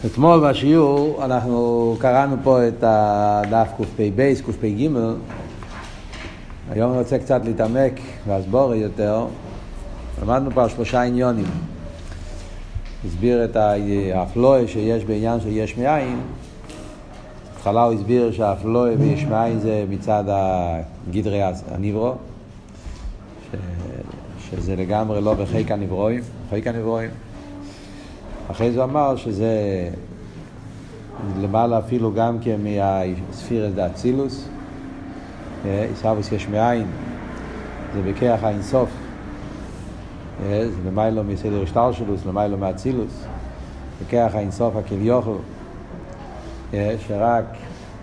אתמול בשיעור אנחנו קראנו פה את הדף קפ"ב, קפ"ג. היום אני רוצה קצת להתעמק והסבור יותר. למדנו פה 3 עניונים. הסביר את האפלואה שיש בעניין של יש מאין. התחלה הוא הסביר שהאפלואה ויש מאין זה מצד הגדרי הנברו, שזה לגמרי לא בחיק הנברואים, חיק הנברואים. אחרי זה אמר שזה למעלה אפילו גם כן מהספירס דאצילוס, איסאוויס יש מאין, זה בכיח האינסוף, זה למיילו מסדר השטלשלוס, למיילו מאצילוס, בכיח האינסוף הכביכול, שרק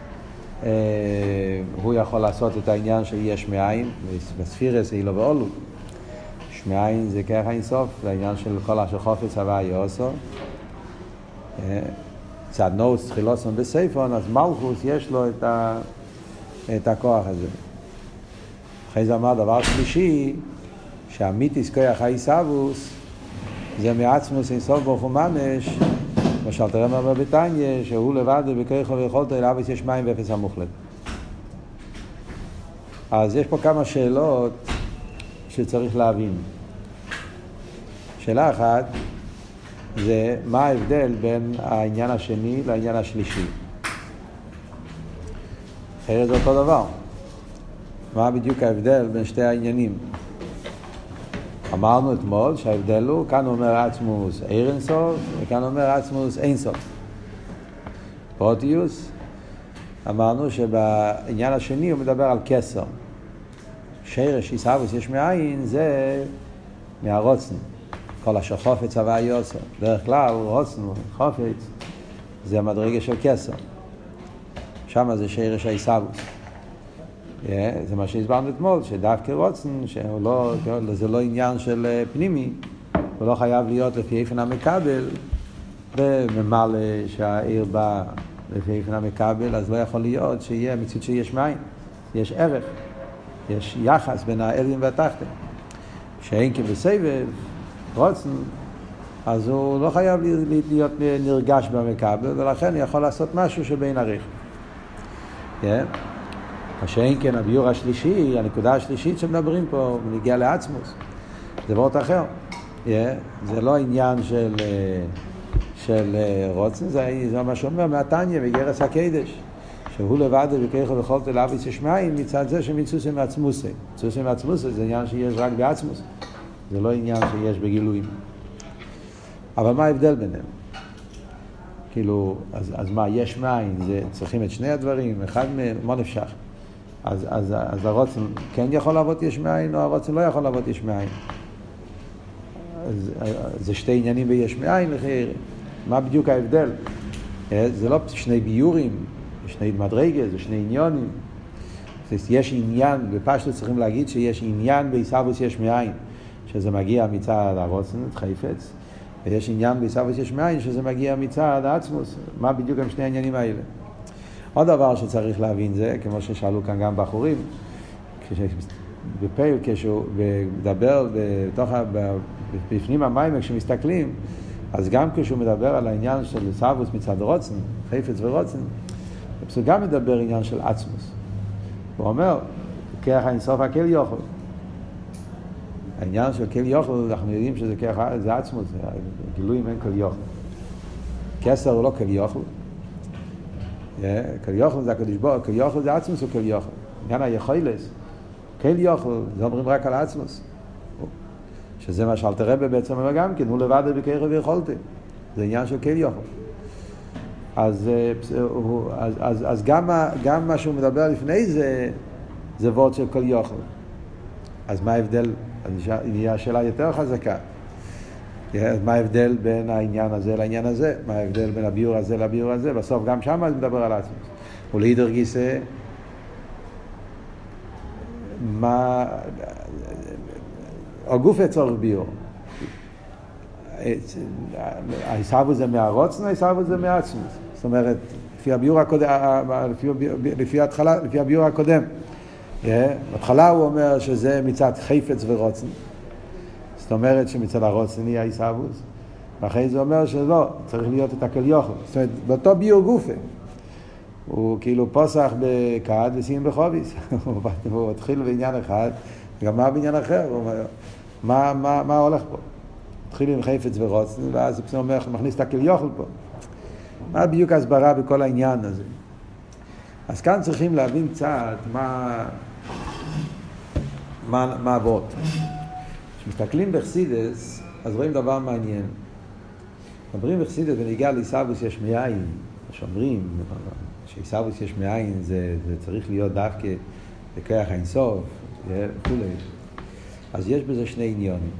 הוא יכול לעשות את העניין של יש מאין, בספירס אילו ואולו. שמאין זה כיח האינסוף, זה העניין של כל אשר חופץ הווה יעשו. צד נוס תחילוסון בסייפון, אז מלכוס יש לו את הכוח הזה. אחרי זה אמר דבר שלישי, שהמיתיס כיח האיסאבוס זה מעצמוס אינסוף ברוך הוא ממש, למשל תראה מה בביתניה, שהוא לבד ובכיחו ויכולתו אל אביס יש מים ואפס המוחלט. אז יש פה כמה שאלות שצריך להבין. שאלה אחת זה מה ההבדל בין העניין השני לעניין השלישי. אחרת זה אותו דבר. מה בדיוק ההבדל בין שתי העניינים? אמרנו אתמול שההבדל הוא, כאן הוא אומר עצמוס איר אינסוף, וכאן הוא אומר עצמוס אינסוף. פרוטיוס, אמרנו שבעניין השני הוא מדבר על כסר. שרש איסאוויס יש מאין זה מהרוצן. כל אשר חופץ הווה יעשו. דרך כלל רוצן, חופץ, זה המדרגה של כסר. שם זה שרש האיסאוויס. זה מה שהסברנו אתמול, שדווקא רוצן, זה לא עניין של פנימי, הוא לא חייב להיות לפי איפן המקבל, וממלא שהעיר בא לפי איפן המקבל, אז לא יכול להיות שיהיה מציאות שיש מים, יש ערך. יש יחס בין העליון והתחתן. שאין כבסבב, רוצן, אז הוא לא חייב להיות נרגש במקבל, ולכן הוא יכול לעשות משהו שבין עריך. שאין כן הביור השלישי, הנקודה השלישית שמדברים פה, נגיע לעצמוס, זה וורט אחר. זה לא עניין של רוצן, זה מה שאומר מהתניה בגרס הקדש. שהוא לבד וכיחו ויכולתו אל אביס יש מים מצד זה שמצוסי מעצמוסי. מצוסי מעצמוסי זה עניין שיש רק בעצמוס. זה לא עניין שיש בגילויים. אבל מה ההבדל ביניהם? כאילו, אז מה, יש מים, צריכים את שני הדברים, אחד מהם, מה נפשך? אז הרוצן כן יכול לעבוד יש מים, או הרוצן לא יכול לעבוד יש מים. זה שתי עניינים ביש מים, מה בדיוק ההבדל? זה לא שני ביורים, שני מדרגה, זה שני עניונים. יש עניין, בפשטות צריכים להגיד שיש עניין באיסאוויס יש מאין, שזה מגיע מצד הרוצן, חפץ, ויש עניין באיסאוויס יש מאין, שזה מגיע מצד העצמוס. מה בדיוק הם שני העניינים האלה? עוד דבר שצריך להבין זה, כמו ששאלו כאן גם בחורים, כשהוא מדבר בפנים המים, כשמסתכלים, אז גם כשהוא מדבר על העניין של איסאוויס מצד רוצן, חפץ ורוצן, הוא גם מדבר עניין של עצמוס. הוא אומר, כיח האינסוף הכל יוכל. העניין של כל יוכל, אנחנו יודעים שזה כיח, זה עצמוס, גילויים אין כל יוכל. כסר הוא לא כל יוכל. כל יוכל זה הקדוש ברוך הוא, כל יוכל זה עצמוס או כל יוכל. עניין היכולס, כל יוכל, זה אומרים רק על עצמוס. שזה מה שאלתר רבי בעצם אומר גם כן, הוא לבד בכיחו ויכולתי. זה עניין של כל יוכל. אז גם מה שהוא מדבר לפני זה וורט של כל יוכל. אז מה ההבדל? נהיה השאלה יותר חזקה. מה ההבדל בין העניין הזה לעניין הזה? מה ההבדל בין הביור הזה לביור הזה? בסוף גם שם הוא מדבר על עצמוס. ולהידר גיסא, מה הגוף יצורך ביור. הישאבו זה מהרוצן, הישאבו זה מעצמוס. זאת אומרת, לפי הביור הקודם, לפי הביור הקודם, בהתחלה הוא אומר שזה מצד חפץ ורוצן. זאת אומרת שמצד הרוצן יהיה איסאבוס, ואחרי זה אומר שלא, צריך להיות את הכל יוכל. זאת אומרת, באותו ביור גופה. הוא כאילו פוסח בכד וסיים בחוביס. הוא התחיל בעניין אחד, גמר בעניין אחר. הוא אומר, מה הולך פה? התחיל עם חפץ ורוצן, ואז הוא אומר, מכניס את הכל יוכל פה. מה בדיוק ההסברה בכל העניין הזה? אז כאן צריכים להבין קצת מה עבוד. כשמסתכלים בחסידס, אז רואים דבר מעניין. מדברים בחסידס ונגיע לעיסאוויס יש מאין. שאומרים שעיסאוויס יש מאין זה צריך להיות דווקא בכוח האינסוף וכולי. אז יש בזה שני עניונים.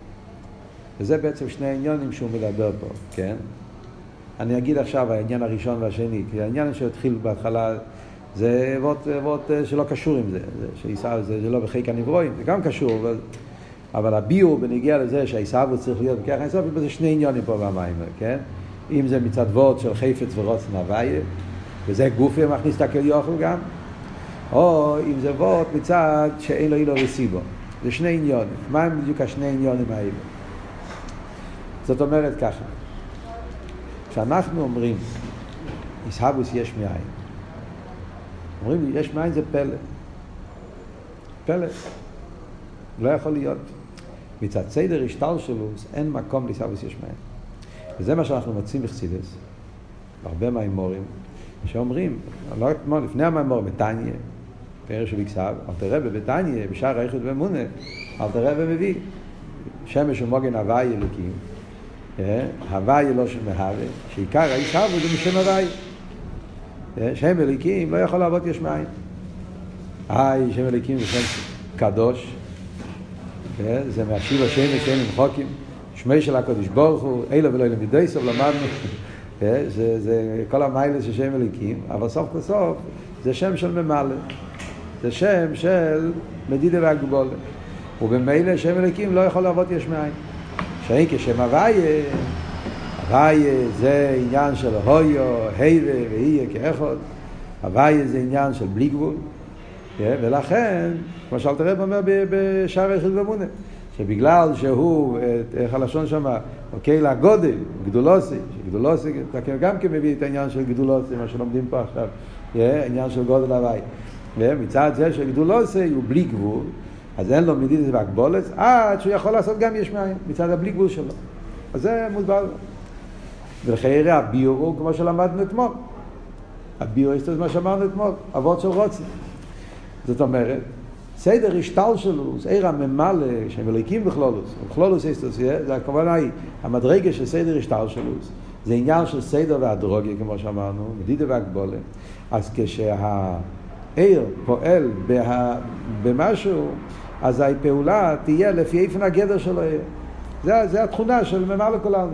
וזה בעצם שני עניונים שהוא מדבר פה, כן? אני אגיד עכשיו העניין הראשון והשני, כי העניין שהתחיל בהתחלה זה עבוד שלא קשור עם זה, זה לא בחיק הנברואים, זה גם קשור, אבל הביור בנגיע לזה שהעיסאוויס צריך להיות בכך האינסוף, בזה שני עניונים פה במים, כן? אם זה מצד וורט של חפץ ורוצן הוויה, וזה גופי מכניס את הכל יוכל גם, או אם זה וורט מצד שאין לו אילו וסיבו. זה שני עניונים. מה הם בדיוק השני עניונים האלה? זאת אומרת ככה, כשאנחנו אומרים עיסאוויס יש מאין, אומרים יש מאין זה פלא. פלא. לא יכול להיות. מצד סדר השתלשלות אין מקום לעיסאוויס יש מאין. וזה מה שאנחנו מוצאים בחסידס, הרבה מהאמורים, שאומרים, לא אתמול, לפני המאמורים, בתניא, פרש ובכסב, אל תראה בבתניא, בשער האיחוד ואמונה, אל תראה ומביא, שמש ומוגן הוואי אלוקים, הוואי לא שם מהווה, שעיקר העיסאוויס זה משם הוואי. שם אלוקים לא יכול לעבוד יש מאין. שם אלוקים זה שם קדוש, זה מהשיב השם ושם למחוקים, שמי של הקדוש ברוך הוא, אילו ולא אילו מידי סוף למדנו, זה כל המיילה של שם אלוקים, אבל סוף כל סוף זה שם של ממלא, זה שם של מדידה והגבולה, ובמילא שם אלוקים לא יכול לעבוד יש מאין. שאין כשם הוויה, הוויה זה עניין של הויו, היבה ויהיה כאחד, הוויה זה עניין של בלי גבול, ולכן, כמו שאלת הרב אומר בשער האיחוד ואמונה, שבגלל שהוא, איך הלשון שמה, אוקיי, לגודל, גדולוסי, שגדולוסי, גם כן מביא את העניין של גדולוסי, מה שלומדים פה עכשיו, העניין של גודל הוואי. ומצד זה שגדולוסי הוא בלי גבול, אז אין לו מדידה והגבולת, עד שהוא יכול לעשות גם יש מאין, מצד הבלי גבול שלו. אז זה מוסבר. ולחייר הביור הוא כמו שלמדנו אתמול. הביור זה מה שאמרנו אתמול, אבות של רוצן. זאת אומרת, סדר השתלשלות, עיר הממלא שהם אלוקים בכלולוס, בכלולוס זה הכוונה היא, המדרגה של סדר השתלשלות, זה עניין של סדר והדרוגיה, כמו שאמרנו, מדידה והגבולה. אז כשהעיר פועל במשהו, אז הפעולה תהיה לפי איפן הגדר של העיר. זה התכונה של ממלא כולנו.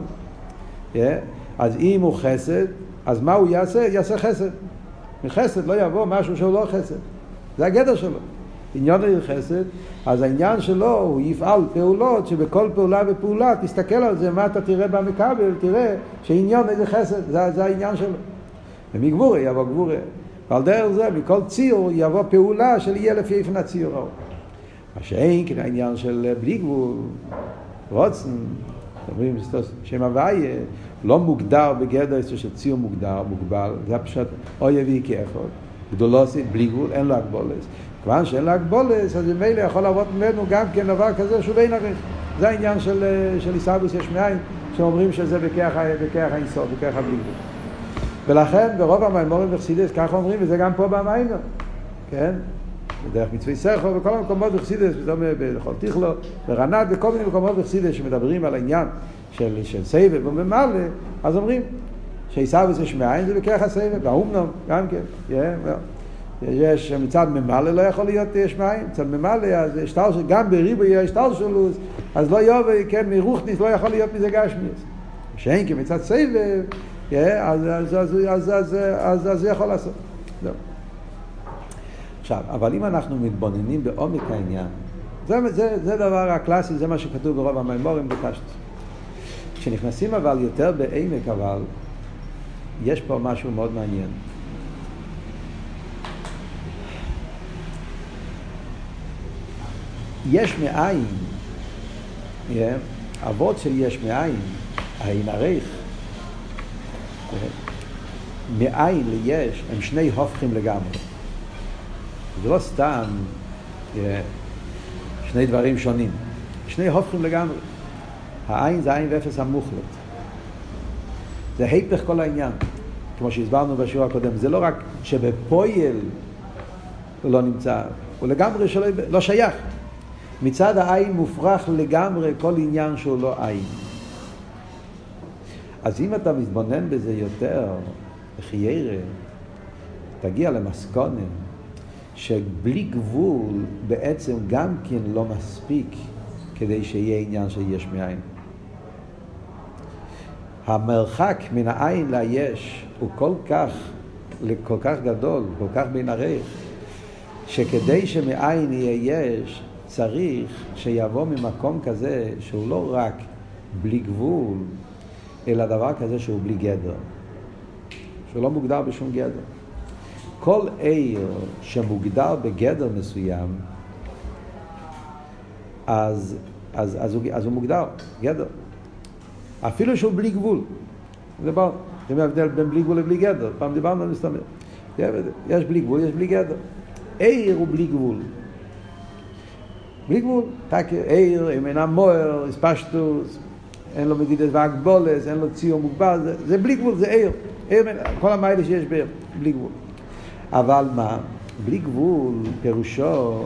אז אם הוא חסד, אז מה הוא יעשה? יעשה חסד. מחסד לא יבוא משהו שהוא לא חסד. זה הגדר שלו. עניין הוא חסד, אז העניין שלו הוא יפעל פעולות שבכל פעולה ופעולה תסתכל על זה, מה אתה תראה במקבל, תראה שעניין איזה חסד, זה העניין שלו. ומגבורה יבוא גבורה. ועל דרך זה, מכל ציור יבוא פעולה של יהיה לפי איפן הציור. מה שאין, כי העניין של בלי גבול, רוצן, אומרים שם הוויה, לא מוגדר בגדר של ציור מוגבל, זה פשוט אוי אבי כאחד. גדולוסית, בלי גבול, אין לו הגבולס. כיוון שאין לו הגבולס, אז ממילא יכול לעבוד ממנו גם כן דבר כזה שהוא בין ערך. זה העניין של עיסאוויס יש מאין, שאומרים שזה בכך האינסוף, בכך הבלי גבול. ולכן ברוב המאמרים בחסידס ככה אומרים, וזה גם פה במיימר, כן? בדרך מצווי סכו, בכל המקומות בחסידס, בכל תיכלו, ברנת, בכל מיני מקומות בחסידס שמדברים על העניין של סבב וממלא, אז אומרים שעיסאוויס יש מאין זה בכך הסבב, והאומנום גם כן, יש מצד ממלא לא יכול להיות יש מאין, מצד ממלא, אז גם בריבו יש שטלשלוס, אז לא יובא, כן, מרוחניס לא יכול להיות מזה גשמיס. שאין כמצד סבב, אז זה יכול לעשות. עכשיו, אבל אם אנחנו מתבוננים בעומק העניין, זה דבר הקלאסי, זה מה שכתוב ברוב המאמרים בקשת. כשנכנסים אבל יותר בעמק, אבל יש פה משהו מאוד מעניין. יש מאין, אבות של יש מאין, העין הרייך, מאין ליש, הם שני הופכים לגמרי. זה לא סתם שני דברים שונים. שני הופכים לגמרי. העין זה העין ואפס המוחלט. זה היפך כל העניין. כמו שהסברנו בשיעור הקודם. זה לא רק שבפועל הוא לא נמצא, הוא לגמרי לא שייך. מצד העין מופרך לגמרי כל עניין שהוא לא עין. אז אם אתה מתבונן בזה יותר, בחיירה, תגיע למסקנה שבלי גבול בעצם גם כן לא מספיק כדי שיהיה עניין של יש מאין. המרחק מן העין ליש הוא כל כך גדול, כל כך בין הרייך, שכדי שמאין יהיה יש, צריך שיבוא ממקום כזה שהוא לא רק בלי גבול, אלא דבר כזה שהוא בלי גדר. שהוא לא מוגדר בשום גדר. כל עיר שמוגדר בגדר מסוים, אז הוא מוגדר, גדר. אפילו שהוא בלי גבול. זה בא, זה ההבדל בין בלי גבול לבלי גדר. פעם דיברנו על מסתמר. יש בלי גבול, יש בלי גדר. עיר הוא בלי גבול. בלי גבול. עיר, אם אינה מוער, הספשטוס, אין לו מדידת והגבולס, אין לו ציור מוגבל, זה בלי גבול, זה עיר. כל המיילה שיש בעיר, בלי גבול. אבל מה? בלי גבול פירושו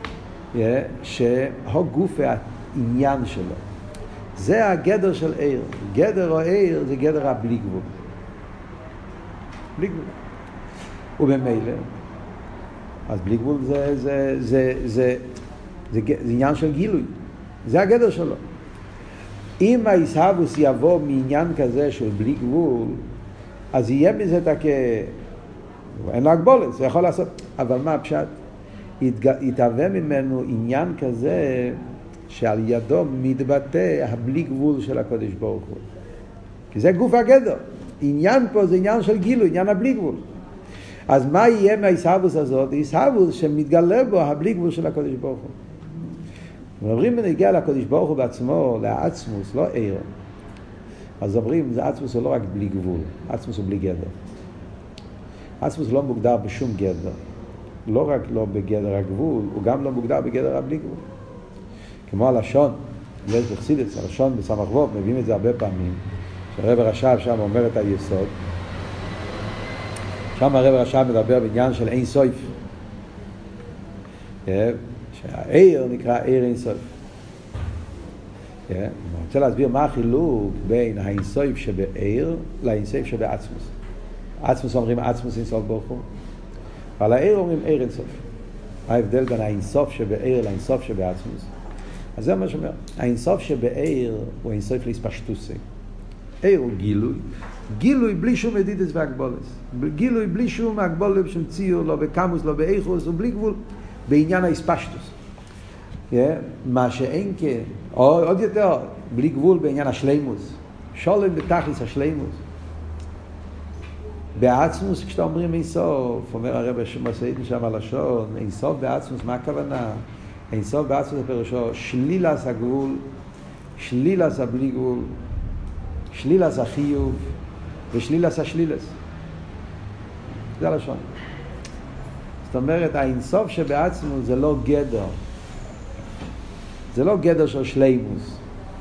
שהוא גוף העניין שלו. זה הגדר של עיר. גדר או עיר זה גדר הבלי גבול. בלי גבול. ובמילא, אז בלי גבול זה עניין של גילוי. זה הגדר שלו. אם הישהבוס יבוא מעניין כזה של בלי גבול, אז יהיה מזה אין לו הגבולת, זה יכול לעשות. אבל מה הפשט? יתהווה ממנו עניין כזה שעל ידו מתבטא הבלי גבול של הקדוש ברוך הוא. כי זה גוף הגדר. עניין פה זה עניין של גילוי, עניין הבלי גבול. אז מה יהיה מהישהבוס הזאת? הישהבוס שמתגלה בו הבלי גבול של הקדוש ברוך הוא. אומרים בנגיע לקדוש ברוך הוא בעצמו, לעצמוס, לא עיר. אז אומרים, עצמוס הוא לא רק בלי גבול, עצמוס הוא בלי גדר. עצמוס לא מוגדר בשום גדר. לא רק לא בגדר הגבול, הוא גם לא מוגדר בגדר הבלי גבול. כמו הלשון, יש בחסידות, הלשון בסמ"ך וו, מביאים את זה הרבה פעמים, שהרב רש"ב שם אומר את היסוד. שם הרב רש"ב מדבר בעניין של אין סוף. שהעיר נקרא עיר אין סוף. אני רוצה להסביר מה החילוק בין האין סוף שבעיר לאין סוף שבעצמוס. עצמוס אומרים עצמוס אין סוף ברוך הוא, ועל העיר אומרים עיר אין סוף. ההבדל בין האין סוף שבעיר לאין סוף שבעצמוס. אז זה מה שאומר, האין סוף שבעיר הוא אין סוף להספשטוסי. עיר הוא גילוי, גילוי בלי שום מדידס והגבולס, גילוי בלי שום הגבולת, שום ציור, לא בקמוס, לא באיכוס, ובלי גבול בעניין ההספשטוס. מה שאין כן, או עוד יותר, בלי גבול בעניין השלימוס, שולם בתכלס השלימוס. בעצמוס, כשאתה אומרים אין סוף, אומר הרב שמסעידן שם הלשון, אין סוף בעצמוס, מה הכוונה? אין סוף בעצמוס זה פירושו שלילס הגבול, שלילס הבלי גבול, שלילס החיוב ושלילס השלילס. זה הלשון. זאת אומרת, האין סוף שבעצמוס זה לא גדר. זה לא גדר של שלימוס.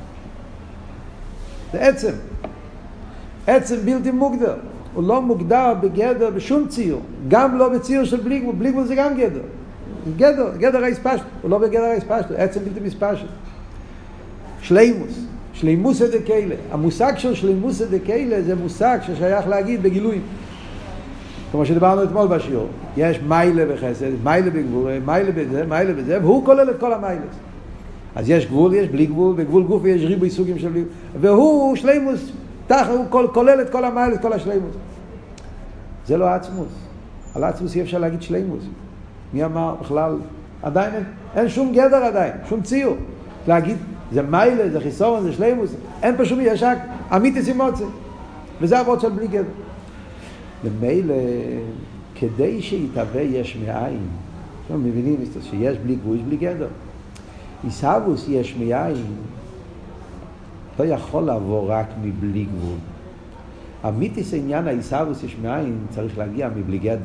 זה עצם. עצם בלתי מוגדר. הוא לא מוגדר בגדר בשום ציור. גם לא בציור של בלי גבול. בלי גבול זה גם גדר. גדר ההספשט. הוא לא בגדר ההספשט. עצם בלתי מספשט. שלימוס. שלימוס דקיילה. המושג של שלימוס דקיילה זה מושג ששייך להגיד בגילויים. כמו שדיברנו אתמול בשיעור. יש מיילה בחסד, מיילה בגבול, מיילה בזה, מיילה בזה, והוא כולל את כל המיילס. אז יש גבול, יש בלי גבול, בגבול גוף יש ריבוי סוגים של בלי גבול. והוא שלימוס, הוא כולל את כל המיילס, כל השלימוס. זה לא עצמוס. על עצמוס אי אפשר להגיד שלימוס. מי אמר בכלל? עדיין אין שום גדר עדיין, שום ציור. להגיד, זה מיילה, זה חיסורון, זה שלימוס. אין פה שום ישק, אמיתיס אימוצי. וזה עבוד של בלי גדר. למילא, כדי שיתהווה יש מאין, אנחנו מבינים שיש בלי גבול, יש בלי גדר. ישהבוס יש מאין, לא יכול לעבור רק מבלי גבול. אמיתיס עניין העיסאוויס יש מאין צריך להגיע מבלי גדר.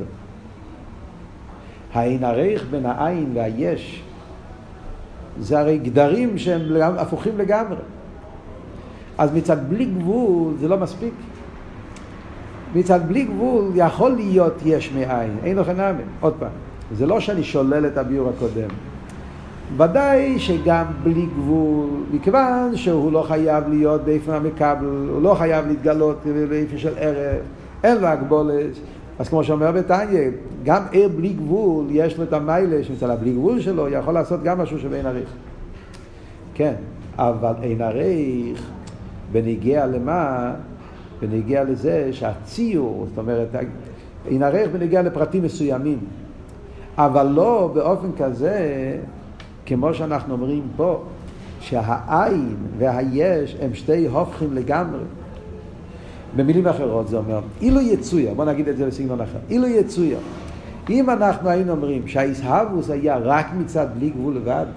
העין הרייך בין העין והיש זה הרי גדרים שהם הפוכים לגמרי. אז מצד בלי גבול זה לא מספיק. מצד בלי גבול יכול להיות יש מאין, אין לכם נאמן. עוד פעם, זה לא שאני שולל את הביור הקודם. ודאי שגם בלי גבול, מכיוון שהוא לא חייב להיות באיפן המקבל, הוא לא חייב להתגלות באיפן של ערך, אין לו הגבולת. אז כמו שאומר בתניא, גם עיר בלי גבול יש לו את המיילה שמצד הבלי גבול שלו, יכול לעשות גם משהו שבין עריך. כן, אבל אין עריך בנגיע למה? בנגיע לזה שהציור, זאת אומרת, אין עריך בנגיע לפרטים מסוימים, אבל לא באופן כזה, כמו שאנחנו אומרים פה, שהעין והיש הם שתי הופכים לגמרי. במילים אחרות זה אומר, אילו יצויה, בוא נגיד את זה לסגנון אחר, אילו יצויה, אם אנחנו היינו אומרים שהאיסהבוס היה רק מצד בלי גבול לבד,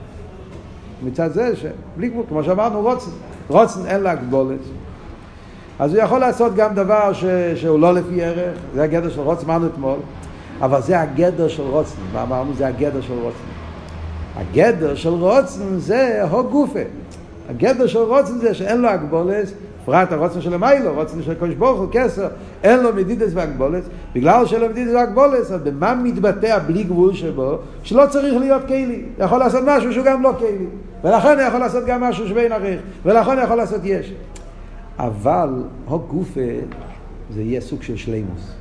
מצד זה שבלי גבול, כמו שאמרנו, רוצן אין לה גבולת, אז הוא יכול לעשות גם דבר שהוא לא לפי ערך, זה הגדר של רוצן, אמרנו אתמול, אבל זה הגדר של רוצן, מה אמרנו? זה הגדר של רוצן. הגדר של רוצן זה הגופה. הגדר של רוצן זה שאין לו הגבולת, פרט הרוצן של המיילו, רוצן של קדוש ברוך הוא, כסר, אין לו מדידס והגבולת, בגלל שאין לו מדידס והגבולת, אז במה מתבטא בלי גבול שבו, שלא צריך להיות כלי, יכול לעשות משהו שהוא גם לא כלי, ולכן הוא יכול לעשות גם משהו שבין עריך, ולכן הוא יכול לעשות יש. אבל הגופה זה יהיה סוג של שלימוס.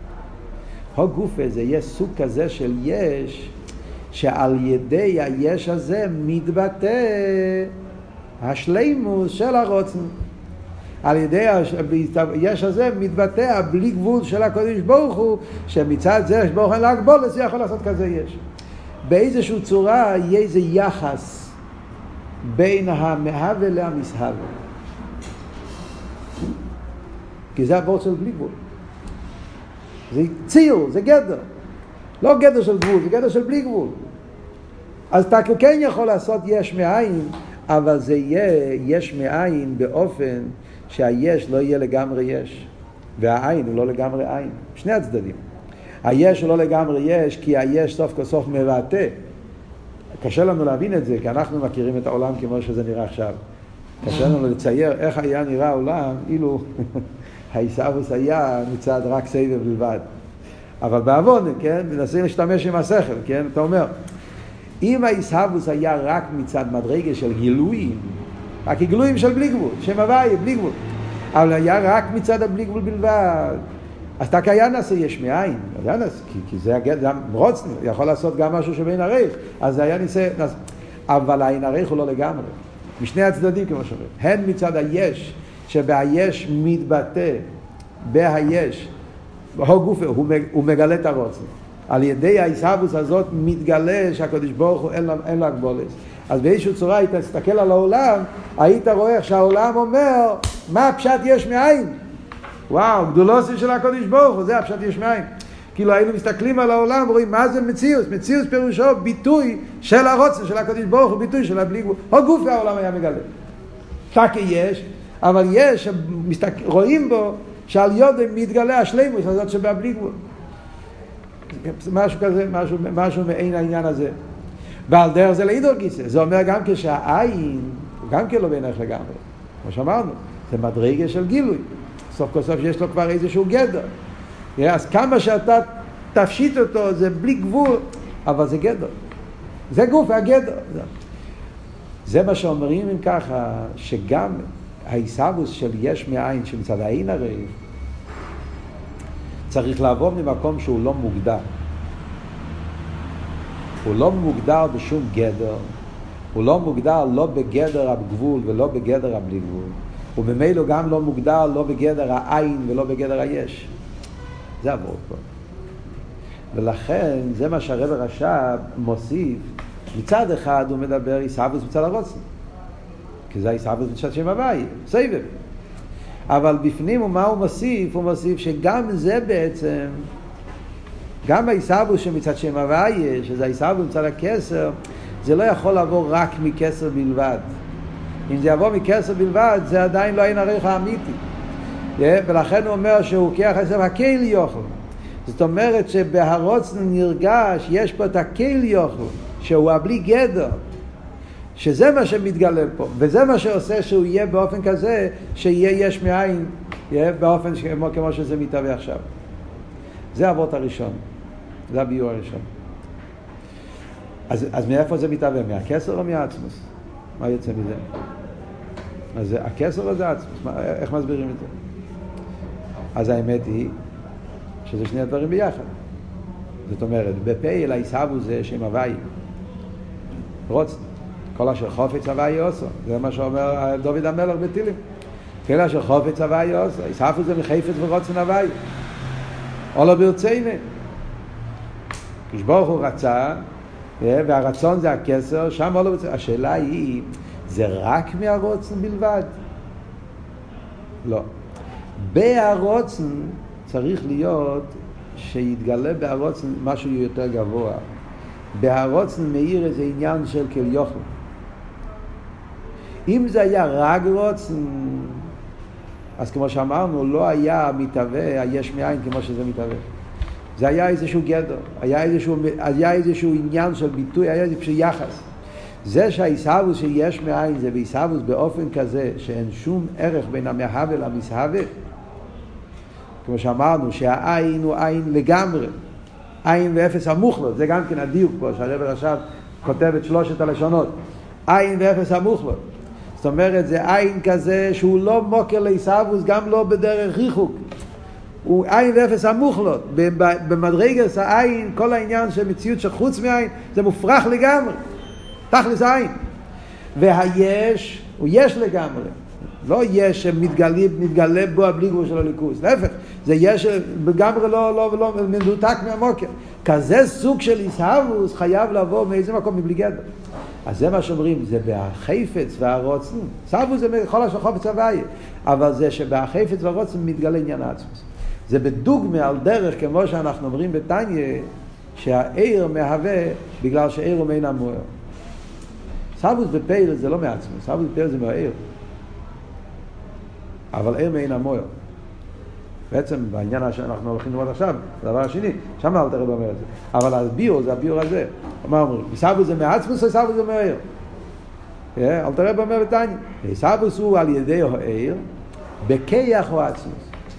הגופה זה יהיה סוג כזה של יש, שעל ידי היש הזה מתבטא השלימוס של הרוצן. על ידי היש הזה מתבטא בלי גבול של הקדוש ברוך הוא, שמצד זה שברוך אין להגבול, אז יכול לעשות כזה יש. באיזושהי צורה יהיה איזה יחס בין המהווה למסהווה. כי זה הבור של בלי גבול. זה ציור, זה גדר. לא גדר של גבול, זה גדר של בלי גבול. אז אתה כן יכול לעשות יש מאין, אבל זה יהיה יש מאין באופן שהיש לא יהיה לגמרי יש, והעין הוא לא לגמרי עין. שני הצדדים. היש הוא לא לגמרי יש, כי היש סוף כל סוף מבטא. קשה לנו להבין את זה, כי אנחנו מכירים את העולם כמו שזה נראה עכשיו. קשה לנו לצייר איך היה נראה העולם, אילו האיסאוויס היה מצד רק סבב בלבד. אבל בעוון, כן, מנסים להשתמש עם השכל, כן, אתה אומר, אם האיסאוויס היה רק מצד מדרגה של גילויים, רק גילויים של בלי גבול, שם הוואי, בלי גבול, אבל היה רק מצד הבלי גבול בלבד, אז אתה היה נעשה יש מאין, כי זה רוצן, יכול לעשות גם משהו שבין עריך, אז זה היה ניסה, אבל העין עריך הוא לא לגמרי, משני הצדדים כמו שאומרים, הן מצד היש, שבהיש מתבטא, בהיש, הוא מגלה את הרוצן. על ידי האיסהבוס הזאת מתגלה שהקדוש ברוך הוא אין לו הגבולת. אז באיזושהי צורה היית תסתכל על העולם, היית רואה איך שהעולם אומר, מה הפשט יש מאין? וואו, גדולוסי של הקדוש ברוך הוא, זה הפשט יש מאין. כאילו היינו מסתכלים על העולם ורואים מה זה מציאוס. מציאוס פירושו ביטוי של הרוצן של הקדוש ברוך הוא, ביטוי של הבלי גבול. הגוף העולם היה מגלה. שקי יש, אבל יש, רואים בו שעל יודם מתגלה השלימוס הזאת שבבלי גבול. משהו כזה, משהו מעין העניין הזה. ועל דרך זה להידור גיסא. זה אומר גם כשהעין, הוא גם כן לא בעינך לגמרי. כמו שאמרנו, זה מדרגה של גילוי. סוף כל סוף יש לו כבר איזשהו גדר. אז כמה שאתה תפשיט אותו, זה בלי גבול, אבל זה גדר. זה גוף, הגדר. זה מה שאומרים אם ככה, שגם האיסהבוס של יש מאין, שמצד העין הרי, צריך לעבור ממקום שהוא לא מוגדר. הוא לא מוגדר בשום גדר. הוא לא מוגדר לא בגדר הגבול ולא בגדר הבלי גבול. ובמילא גם לא מוגדר לא בגדר העין ולא בגדר היש. זה עבור פה. ולכן זה מה שהרב הרש"ב מוסיף. מצד אחד הוא מדבר איסהבוס מצד הרוצן. כי זה איסהבוס מצד שם הוואי, סבב. אבל בפנים ומה הוא מוסיף? הוא מוסיף שגם זה בעצם, גם האיסהבוס שמצד שם הוואי, שזה האיסהבוס מצד הכסר, זה לא יכול לעבור רק מכסר בלבד. אם זה יבוא מכסר בלבד, זה עדיין לא אין ערך האמיתי. ולכן הוא אומר שהוא כיח הסף הקהיל יוכל. זאת אומרת שבהרוצן נרגש, יש פה את הקהיל יוכל, שהוא הבלי גדר, שזה מה שמתגלה פה, וזה מה שעושה שהוא יהיה באופן כזה, שיהיה יש מאין, יהיה באופן כמו שזה מתהווה עכשיו. זה האבות הראשון, זה הביור הראשון. אז מאיפה זה מתהווה? מהכסר או מהעצמוס? מה יוצא מזה? אז הכסר או זה העצמוס? איך מסבירים את זה? אז האמת היא שזה שני הדברים ביחד. זאת אומרת, בפייל הישאבו זה שם הוואי. רוצן. כל אשר חופץ הוואי עושה. זה מה שאומר דוד המלך בתהילים. כל אשר חופץ הוואי עושה. הישאבו זה מחפץ ורוצן הוואי. אולו ברצינו. כשברוך הוא רצה, והרצון זה הכסר, שם אולו ברצינו. השאלה היא, זה רק מהרוצן בלבד? לא. בהרוצן צריך להיות שיתגלה בהרוצן משהו יותר גבוה. בהרוצן מאיר איזה עניין של כל יוכל. אם זה היה רק רוצן, אז כמו שאמרנו, לא היה מתהווה היש מאין כמו שזה מתהווה. זה היה איזשהו גדר, היה איזשהו עניין של ביטוי, היה איזשהו יחס. זה שהישאבוס שיש מאין זה בישאבוס באופן כזה שאין שום ערך בין המהווה למסהווה, כמו שאמרנו שהעין הוא עין לגמרי, עין ואפס המוחלט, זה גם כן הדיוק פה שהרב עכשיו כותב את שלושת הלשונות, עין ואפס המוחלט. זאת אומרת זה עין כזה שהוא לא מוקר לישאבוס, גם לא בדרך ריחוק, הוא עין ואפס המוחלט. במדרגת העין כל העניין של מציאות שחוץ מהעין זה מופרך לגמרי, תכלס העין. והיש הוא יש לגמרי, לא יש שמתגלה בו הבלי גבול של הליכוס, להפך, זה יש לגמרי לא מנותק מהמוקר. כזה סוג של ישהבוס חייב לבוא מאיזה מקום מבלי גדר. אז זה מה שאומרים, זה בהחפץ והרוצן. ישהבוס זה מכל אשר חפץ הוואי, אבל זה שבהחפץ והרוצן מתגלה עניין העצמוס. זה בדוגמה על דרך כמו שאנחנו אומרים בתניא, שהעיר מהווה בגלל שהעיר הוא מעין המוער. ישהבוס בפעיל זה לא מעצמוס, ישהבוס בפעיל זה מהעיר. אבל עיר מעין המוער. בעצם בעניין שאנחנו הולכים לראות עכשיו, הדבר השני, שם אל תראה אומר את זה. אבל הביור זה הביור הזה. מה אומרים? ישהבוס זה מעצמוס או ישהבוס זה מהעיר? אל תראה אומר בתניא. ישהבוס הוא על ידי העיר, בכיח או עצמוס.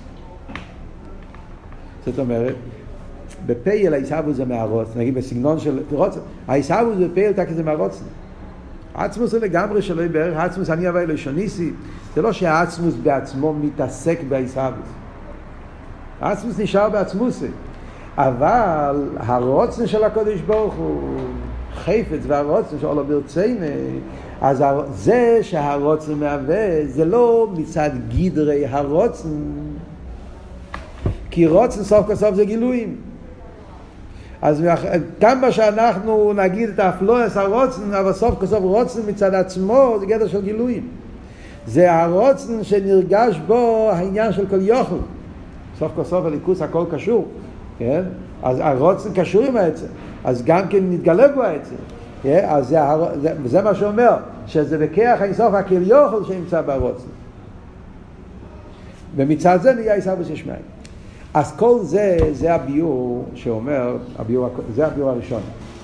זאת אומרת, בפייל הישהבוס זה מהרוצן, נגיד בסגנון של רוצן, הישהבוס בפייל תקי זה מהרוצן. העצמוס זה לגמרי שלא יברך, העצמוס אני אבא אלוהישוניסי, זה לא שהעצמוס בעצמו מתעסק בהישהבוס. העצמוס נשאר בעצמוס, אבל הרוצן של הקודש ברוך הוא חפץ והרוצן של אולו ברצינו, אז זה שהרוצן מהווה, זה לא מצד גדרי הרוצן, כי רוצן סוף כל סוף זה גילויים. אז כמה שאנחנו נגיד את האפלואס הרוצן, אבל סוף כל סוף רוצן מצד עצמו זה גדר של גילויים. זה הרוצן שנרגש בו העניין של כל יוכל. סוף כל סוף הליכוס הכל קשור, כן? אז הרוצן קשור עם העצם, אז גם כן נתגלה בו העצם. אז זה מה שאומר, שזה בכיח אינסוף הכל יוכל שנמצא ברוצן. ומצד זה נהיה ישהבוס יש מאין. אז כל זה, זה הביור שאומר, זה הביור הראשון.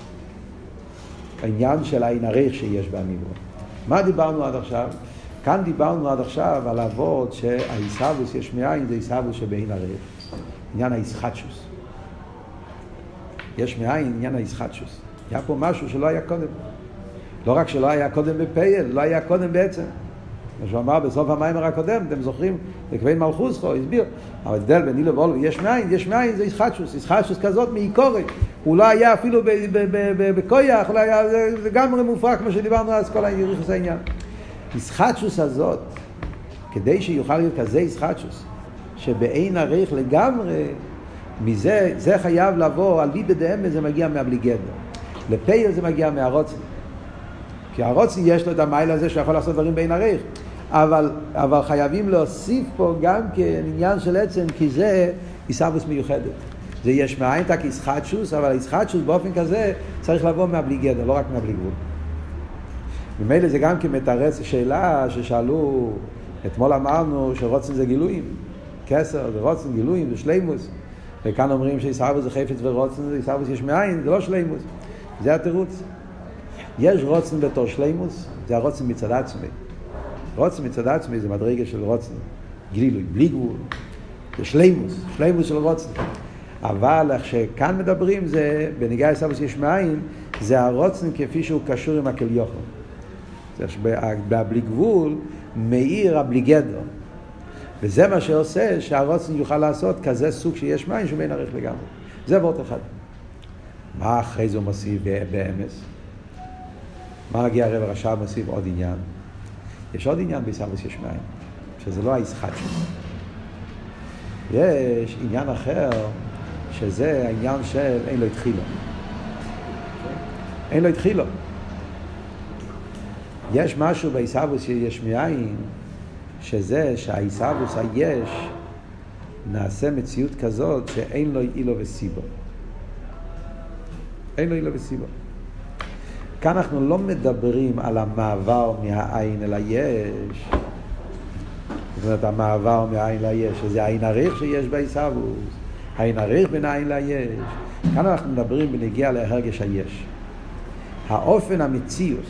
העניין של העין הריך שיש בניברו. מה דיברנו עד עכשיו? כאן דיברנו עד עכשיו על אבות שהישהבוס יש מאין, זה ישהבוס שבעין הריך. עניין הישחטשוס. יש מאין עניין הישחטשוס. היה פה משהו שלא היה קודם. לא רק שלא היה קודם בפייל, לא היה קודם בעצם. מה שהוא אמר בסוף המיימר הקודם, אתם זוכרים, לכוון מלכוסכו, הסביר, אבל הבדל בין אילו ואולו, יש מאין זה ישחטשוס כזאת מעיקורת, הוא לא היה אפילו בכויח, הוא לא היה, זה גם מופרק כמו שדיברנו אז כל היריחוס העניין. ישחטשוס הזאת, כדי שיוכל להיות כזה ישחטשוס, שבעין הריך לגמרי, מזה, זה חייב לבוא, על ליבא דאמא זה מגיע מהבלי גדר, לפייל זה מגיע מהרוצן. כי הרוצן יש לו את המייל הזה שיכול לעשות דברים בעין הריך, אבל חייבים להוסיף פה גם כעניין של עצם, כי זה ישהבוס מיוחדת. זה יש מאין תק ישחטשוס, אבל ישחטשוס באופן כזה צריך לבוא מהבלי גדר, לא רק מהבלי גבול. ממילא זה גם כמתרץ שאלה ששאלו, אתמול אמרנו שרוצן זה גילויים, כסר זה רוצן, גילויים זה שלימוס, וכאן אומרים שישאבוס זה חפץ ורוצן, ישאבוס יש מאין, זה לא שלימוס, זה התירוץ. יש רוצן בתור שלימוס, זה הרוצן מצד עצמי. רוצן מצד עצמי זה מדרגה של רוצן, גילוי, בלי גבול, זה שלימוס, שלימוס של רוצן. אבל איך שכאן מדברים זה, בניגע ישאבוס יש מאין, זה הרוצן כפי שהוא קשור עם הכל יוכל. בלי גבול מאיר הבלי גדר, וזה מה שעושה שהרוצן יוכל לעשות כזה סוג שיש מים שהוא בין ערך לגמרי. זה וורט אחד. מה אחרי זה הוא מוסיף באמס? מה מגיע הרב הרש"ב מוסיף עוד עניין? יש עוד עניין בישאבוס יש מים, שזה לא הישחט שלו. יש עניין אחר שזה העניין של אין לו התחילו. אין לו התחילו. יש משהו בישאבוס שיש מאין, שזה שהישאבוס היש נעשה מציאות כזאת שאין לו אילו וסיבו. אין לו אילו וסיבו. כאן אנחנו לא מדברים על המעבר מהעין אל היש. זאת אומרת, המעבר מהעין ליש, שזה העין הריך שיש בישאבוס, העין הריך בין העין ליש. כאן אנחנו מדברים בנגיע להרגש היש. האופן המציאות,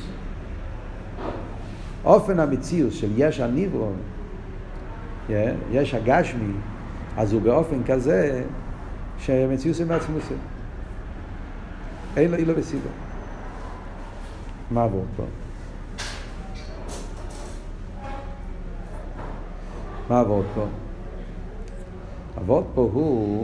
אופן המציאות של יש הניברון, יש הגשמי, אז הוא באופן כזה שמציאות זה מעצמות. אין לו אילו וסיבה. מה עבור פה? מה עבור פה? עבור פה הוא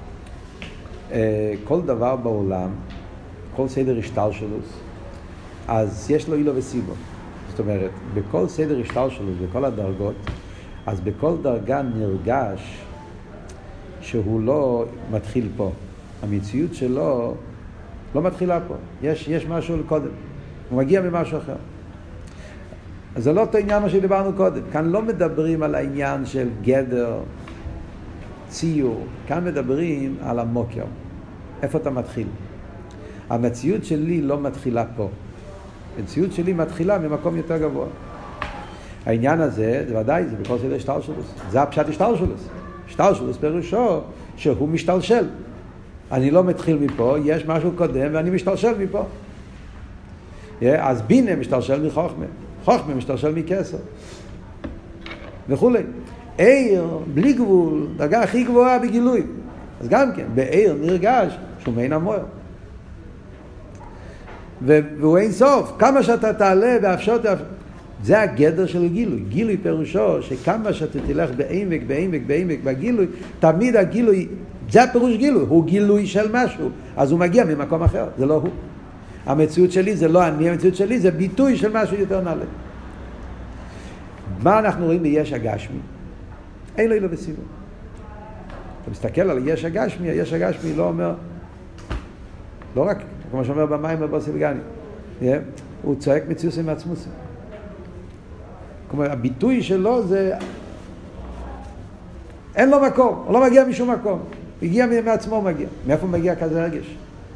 כל דבר בעולם, כל סדר השטר שלו, אז יש לו אילו וסיבה. זאת אומרת, בכל סדר השטר שלו, בכל הדרגות, אז בכל דרגה נרגש שהוא לא מתחיל פה. המציאות שלו לא מתחילה פה. יש משהו קודם. הוא מגיע ממשהו אחר. אז זה לא אותו עניין מה שדיברנו קודם. כאן לא מדברים על העניין של גדר, ציור. כאן מדברים על המוקר. איפה אתה מתחיל? המציאות שלי לא מתחילה פה. המציאות שלי מתחילה ממקום יותר גבוה. העניין הזה, זה ודאי, זה בכל סדר השטר שלו. זה הפשט השטר שלו. השטר שלו פירושו שהוא משתלשל. אני לא מתחיל מפה, יש משהו קודם ואני משתלשל מפה. אז בינה משתלשל מחוכמה, חוכמה משתלשל מכסר וכו'. עיר בלי גבול, דרגה הכי גבוהה בגילוי. אז גם כן, בעיר נרגש שהוא מעין המוער. והוא אין סוף, כמה שאתה תעלה באפשרות, זה הגדר של גילוי. גילוי פירושו שכמה שאתה תלך בעמק, בעמק, בעמק, בגילוי, תמיד הגילוי, זה הפירוש גילוי, הוא גילוי של משהו, אז הוא מגיע ממקום אחר, זה לא הוא. המציאות שלי זה לא אני, המציאות שלי זה ביטוי של משהו יותר נעלה. מה אנחנו רואים ביש הגשמי? אין לו אילו וסיבו. אתה מסתכל על יש הגשמי, היש הגשמי לא אומר, לא רק, כמו שאומר במים בבוסי וגני, הוא צועק מציוסים מעצמוסים. כלומר, הביטוי שלו זה, אין לו מקום, הוא לא מגיע משום מקום. הגיע מעצמו, הוא מגיע. מאיפה מגיע כזה רגש?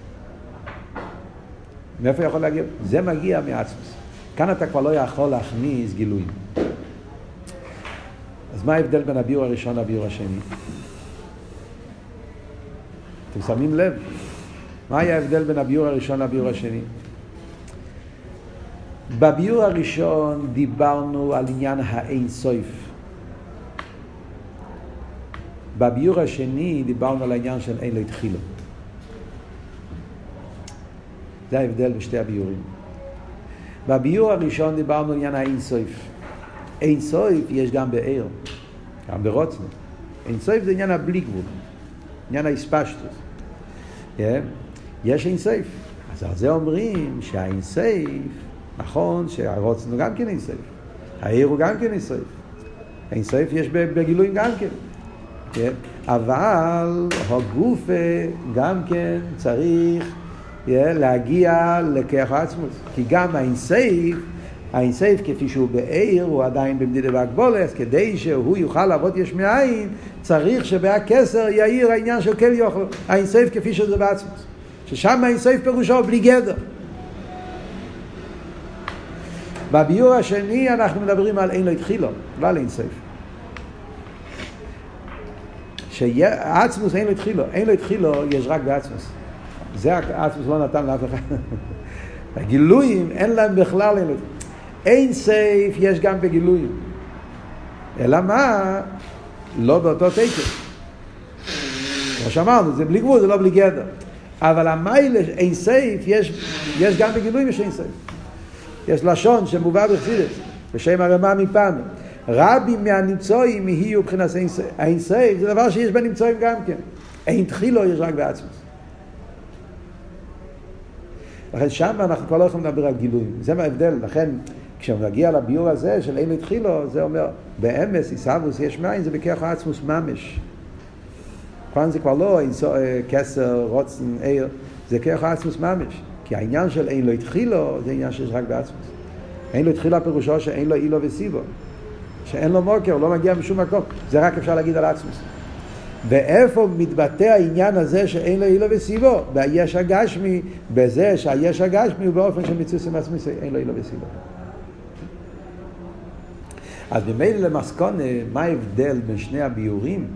מאיפה יכול להגיע? זה מגיע מעצמוס. כאן אתה כבר לא יכול להכניס גילויים. אז מה ההבדל בין הביור הראשון לביור השני? אתם שמים לב? מה היה ההבדל בין הביור הראשון לביור השני? בביור הראשון דיברנו על עניין האין סוף. בביור השני דיברנו על העניין של אין לו התחילו. זה ההבדל בשתי הביורים. בביור הראשון דיברנו על עניין האין סוף. אין סוף יש גם בעיר, גם ברוצנו. אין סוף זה עניין הבלי גבול, עניין ההספשטות. יש אין סוף. אז על זה אומרים שהאין סוף, נכון שהרוצנו גם כן אין סוף. העיר הוא גם כן אין סוף. אין סוף יש בגילויים גם כן. אבל הגוף גם כן צריך להגיע לכך עצמוס. כי גם האינסייף כפי שהוא בעיר, הוא עדיין במדידה והגבולת, כדי שהוא יוכל לעבוד יש מאין, צריך שבהכסר יאיר העניין של כל יוכל. האינסייף כפי שזה בעצמוס. ששם האינסייף פירושו בלי גדר. בביור השני אנחנו מדברים על אין לו התחילו, לא על אין סוף. שעצמוס אין לו התחילו, אין לו התחילו יש רק בעצמוס. זה העצמוס לא נתן לאף אחד. הגילויים אין להם בכלל אין לו. אין סוף יש גם בגילויים. אלא מה? לא באותו תקף. כמו שאמרנו, זה בלי גבול, זה לא בלי גדר. אבל המיילה אין סוף יש גם בגילויים יש אין סוף. יש לשון שמובא בחסידות, בשם הרמ"א מפנו. רבים מהנמצואים יהיו מבחינת אין סוף, זה דבר שיש בנמצואים גם כן. אין תחילו יש רק בעצמוס. לכן שם אנחנו כבר לא יכולים לדבר על גילויים. זה מה ההבדל. לכן כשנגיע לביור הזה של אין תחילו, זה אומר, באמס, איסאבוס, יש מאין, זה בכך העצמוס ממש. כאן זה כבר לא כסר, רוצן, עיר, זה כך העצמוס ממש. כי העניין של אין לו התחילו, זה עניין שיש רק בעצמוס. אין לו התחילו הפירושו שאין לו אילו וסיבו. שאין לו מוקר, הוא לא מגיע משום מקום. זה רק אפשר להגיד על עצמוס. ואיפה מתבטא העניין הזה שאין לו אילו וסיבו? ביש הגשמי, בזה שהיש הגשמי הוא באופן של מצוס עם עצמוס, אין לו אילו וסיבו. אז במילא למסכון, מה ההבדל בין שני הביורים?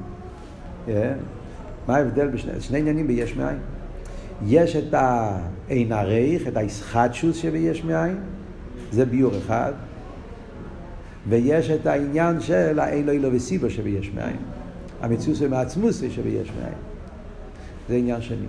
מה ההבדל בין שני עניינים ביש מאין? יש את האין הרייך, את הישחטשוס שביש מאין, זה ביור אחד. ויש את העניין של האין לו אילו וסיבו שביש מאין. המצוס ומעצמוס שביש מאין. זה עניין שני.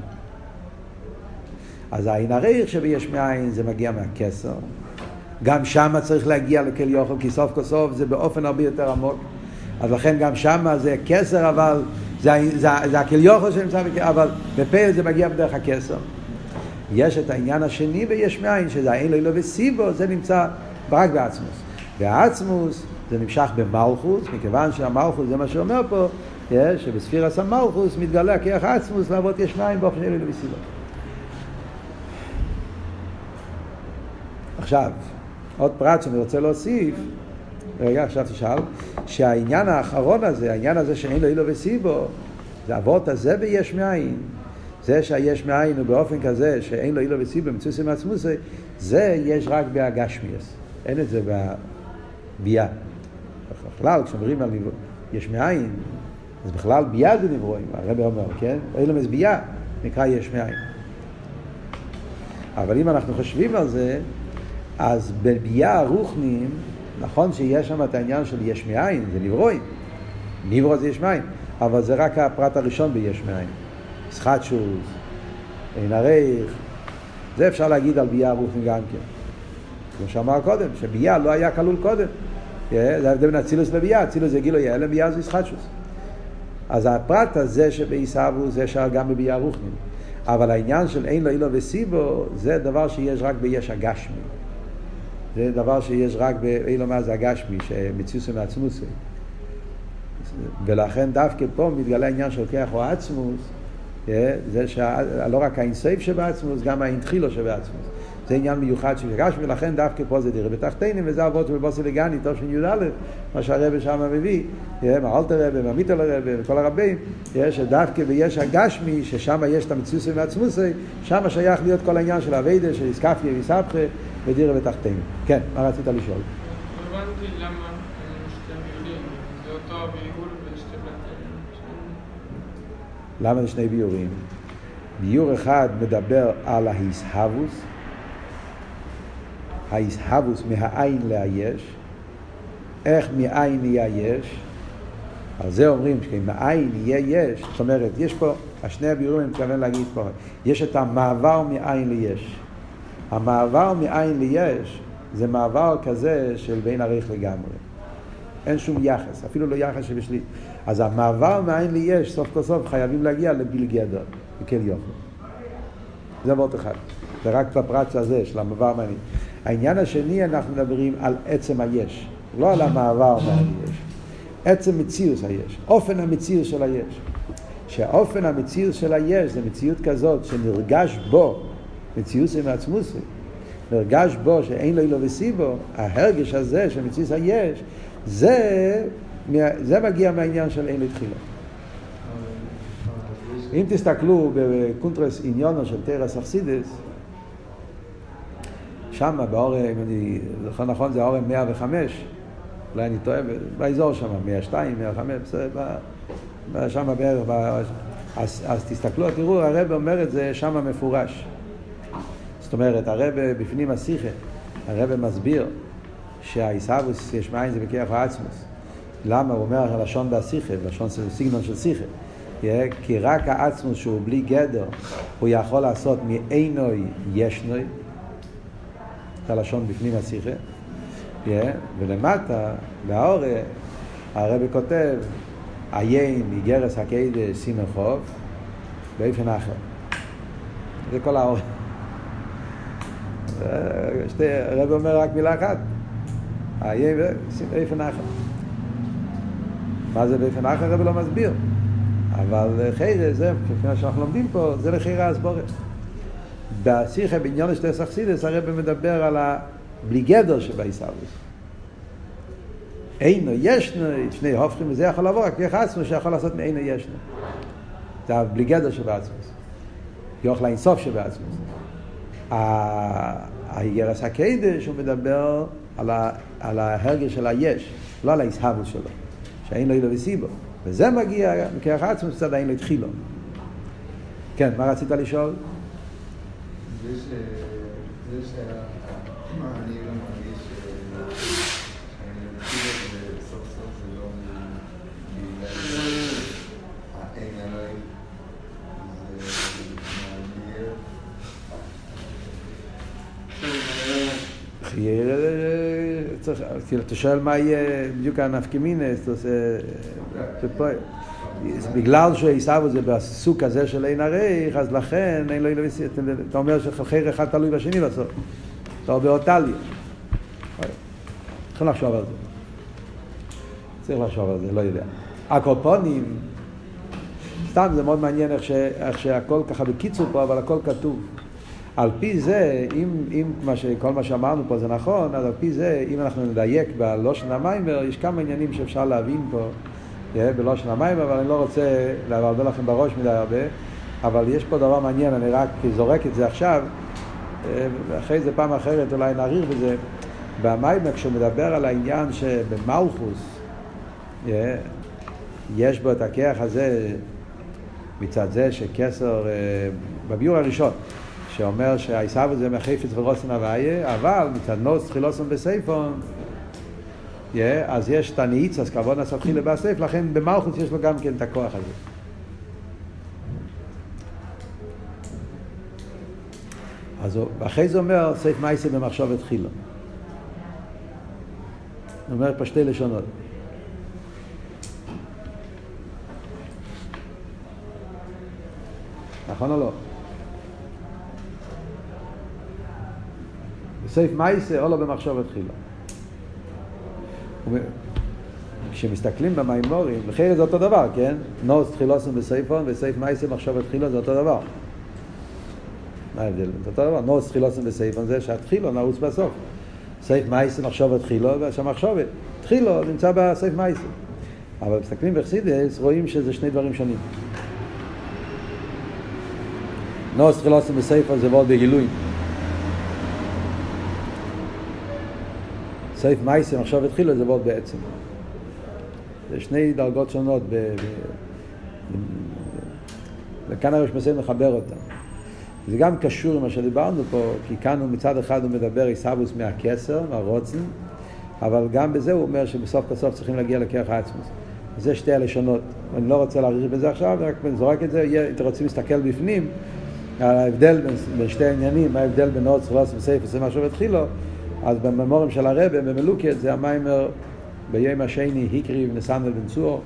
אז האין הרייך שביש מאין זה מגיע מהכסר. גם שם צריך להגיע לכל יוכל, כי סוף כל סוף זה באופן הרבה יותר עמוק. אז לכן גם שם זה כסר, אבל זה הכל יוכל שנמצא, אבל בפעל זה מגיע בדרך הכסר. יש את העניין השני ויש מאין, שזה האין לו אילו וסיבו, זה נמצא רק בעצמוס. והעצמוס זה נמשך במלכוס, מכיוון שהמלכוס זה מה שאומר פה, שבספירס המלכוס מתגלה כיח העצמוס לעבוד יש מאין באופן אילו וסיבו. עכשיו, עוד פרט שאני רוצה להוסיף, רגע, עכשיו תשאל, שהעניין האחרון הזה, העניין הזה שאין לו אילו וסיבו, זה עבוד הזה ביש מאין, זה שהיש מאין הוא באופן כזה שאין לו אילו וסיבו, מצוס עם עצמוס, זה יש רק בהגשמיאס, אין את זה בבייה. בכלל, כשאומרים על יש מאין, אז בכלל בייה זה נברואים, הרב אומר, כן? אילו מזבייה, נקרא יש מאין. אבל אם אנחנו חושבים על זה, אז בבייה הרוחנים, נכון שיש שם את העניין של יש מאין, זה נברואים. נברוא זה יש מאין, אבל זה רק הפרט הראשון ביש מאין. ישחטשוס, אין הרייך, זה אפשר להגיד על בייה הרוחנים גם כן. כמו שאמר קודם, שבייה לא היה כלול קודם. זה ההבדל בין אצילוס לבייה, אצילוס זה גילוי הלם, בייה זה ישחטשוס. אז הפרט הזה שבעיסאוו זה אפשר גם בבייה הרוחנים. אבל העניין של אין לו אילו וסיבו, זה דבר שיש רק ביש הגשמי. זה דבר שיש רק באילו מה זה הגשמי, שמציוס מעצמוס. ולכן דווקא פה מתגלה העניין של כיח או עצמוס, זה שלא רק האינסייף שבעצמוס, גם האינתחילו שבעצמוס. זה עניין מיוחד שבגשמי, ולכן דווקא פה זה דירה בתחתינים, וזה עבוד שבבוסי לגני, טוב שני י"א, מה שהרבא שם מביא, מהאלתר רבא, מהמיטל רבא, וכל הרבים, שדווקא ביש הגשמי, ששם יש את המציוס מעצמוסי, שם שייך להיות כל העניין של הווידה, של איסקפיה ויסבכה, ודירה בתחתינים. כן, מה רצית לשאול? הבנתי למה שתי ביורים, זה אותו ביור ושתי בתים. למה זה שני ביורים? ביור אחד מדבר על ההיסהבוס, ההיסהבוס מהעין להיש, איך מעין יהיה יש, על זה אומרים שמעין יהיה יש, זאת אומרת, יש פה, השני הביורים אני מתכוון להגיד פה, יש את המעבר מעין ליש. המעבר מעין ליש זה מעבר כזה של בין הרייך לגמרי. אין שום יחס, אפילו לא יחס שבשליט. אז המעבר מעין ליש, סוף כל סוף חייבים להגיע לביל גדר, בכל יוכל. זה מאוד אחד. זה רק בפרט הזה של המעבר מעין. העניין השני אנחנו מדברים על עצם היש, לא על המעבר מעין ליש. עצם מציאות היש, אופן המציאות של היש. שהאופן המציאות של היש זה מציאות כזאת שנרגש בו מציאות מעצמוס, נרגש בו שאין לו אילו וסיבו, ההרגש הזה של מציאות היש, זה מגיע מהעניין של אין לתחילה. אם תסתכלו בקונטרס עניונו של תרס אכסידס, שם באור, אם אני זוכר נכון, זה האור 105, אולי אני טועה, באזור שם, 102, 105, שם בערך, אז תסתכלו, תראו, הרב אומר את זה שם מפורש. זאת אומרת, הרב בפנים השיחה, הרב מסביר שהעיסאוויס יש מאין זה בכיח העצמוס. למה? הוא אומר הלשון בהשיחה, לשון סגנון של שיחה. כי רק העצמוס שהוא בלי גדר, הוא יכול לעשות מאינוי ישנוי, את הלשון בפנים השיחה. ולמטה, באור, הרב כותב, עיין מגרס הקדש סימן חוב, באופן אחר. זה כל האור. הרב אומר רק מילה אחת, עיין באופן אחר. מה זה באופן אחר? הרב לא מסביר. אבל חיירה, זה, כפי שאנחנו לומדים פה, זה לחיירה הסבורת. בשיחה בעניין שתי סכסידס, הרב מדבר על הבלי גדר שבעיסאוויס. אינו ישנו, שני הופכים, וזה יכול לעבור רק איך עצמו שיכול לעשות מאינו ישנו. זה הבלי גדר שבעצמוס. יוכל האינסוף שבעצמוס. הירס הקדש הוא מדבר על ההרגש של היש, לא על ההסהבות שלו, שאין לו אילו וסיבו. וזה מגיע מכך עצמוס, צד אין לו התחילו. כן, מה רצית לשאול? זה שאני לא מרגיש שאני מתחיל וסוף סוף זה לא בגלל האין עליי, זה חייר. אתה שואל מה יהיה בדיוק הנפקמינס, בגלל שעיסאוויס זה בסוג הזה של אין הרייך, אז לכן אין לו אילו וסיבו. אתה אומר שחייר אחד תלוי בשני בסוף. אתה אומר באותליה. צריך לחשוב על זה. צריך לחשוב על זה, לא יודע. הקופונים, סתם זה מאוד מעניין איך שהכל ככה בקיצור פה, אבל הכל כתוב. על פי זה, אם כל מה שאמרנו פה זה נכון, אז על פי זה, אם אנחנו נדייק בלושן המיימר, יש כמה עניינים שאפשר להבין פה בלושן המיימר, אבל אני לא רוצה להבלבל לכם בראש מדי הרבה, אבל יש פה דבר מעניין, אני רק זורק את זה עכשיו, אחרי זה פעם אחרת אולי נעריך בזה. במיימר כשהוא מדבר על העניין שבמלכוס יש בו את הכיח הזה מצד זה שכסר בביור הראשון שאומר שהעיסאוויס זה מחפץ ורוצן הוויה, אבל מצד נוס תחילוסון בסייפון אז יש את הנעיץ, אז כבוד נסתחיל בסייף, לכן במלכוס יש לו גם כן את הכוח הזה. אז אחרי זה אומר סייף מייסה במחשוב התחילו. הוא אומר פה שתי לשונות. נכון או לא? בסייף מייסה או לא במחשוב התחילו. כשמסתכלים במיימורים, בחייר זה אותו דבר, כן? נוס תחילוסון בסייפון וסייף מייסה מחשוב התחילו זה אותו דבר. מה ההבדל? זה אותו דבר. נוס תחילוסון בסייפון זה שהתחילו נעוץ בסוף. סייף מייסה מחשוב התחילו, והמחשוב התחילו נמצא בסייף מייסה. אבל מסתכלים בחסידס רואים שזה שני דברים שונים. נוס תחילוסון בסייפון זה מאוד בגילויים. סייף מייסה מחשוב התחילו זה מאוד בעצם. זה שני דרגות שונות וכאן הראש מסיים לחבר אותם. זה גם קשור עם מה שדיברנו פה, כי כאן הוא מצד אחד הוא מדבר עיסאוויס מהכסר, מהרוצן, אבל גם בזה הוא אומר שבסוף כסוף צריכים להגיע לכיח העצמוס. זה שתי הלשונות. אני לא רוצה להעריך בזה עכשיו, רק זורק את זה, אם אתם רוצים להסתכל בפנים, על ההבדל בין שתי העניינים, מה ההבדל בין נוס תחילוסון בסייף וזה משהו התחילו, אז בממורים של הרב, במלוקת, זה המיימר ביום השני, הקריב נסנדל בן צור.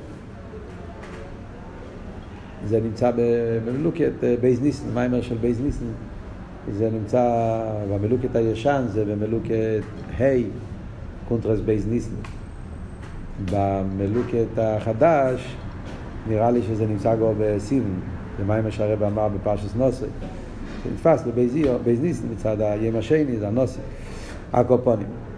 זה נמצא במלוקת בייז ניסן, מיימר של בייז ניסן. זה נמצא במלוקת הישן, זה במלוקת היי, קונטרס בייז ניסן. במלוקת החדש, נראה לי שזה נמצא כבר בסיבן, זה מיימר שהרב אמר בפרשס נוסי. זה נתפס בבייז ניסן מצד היום השני, זה הנוסי. הקופונים.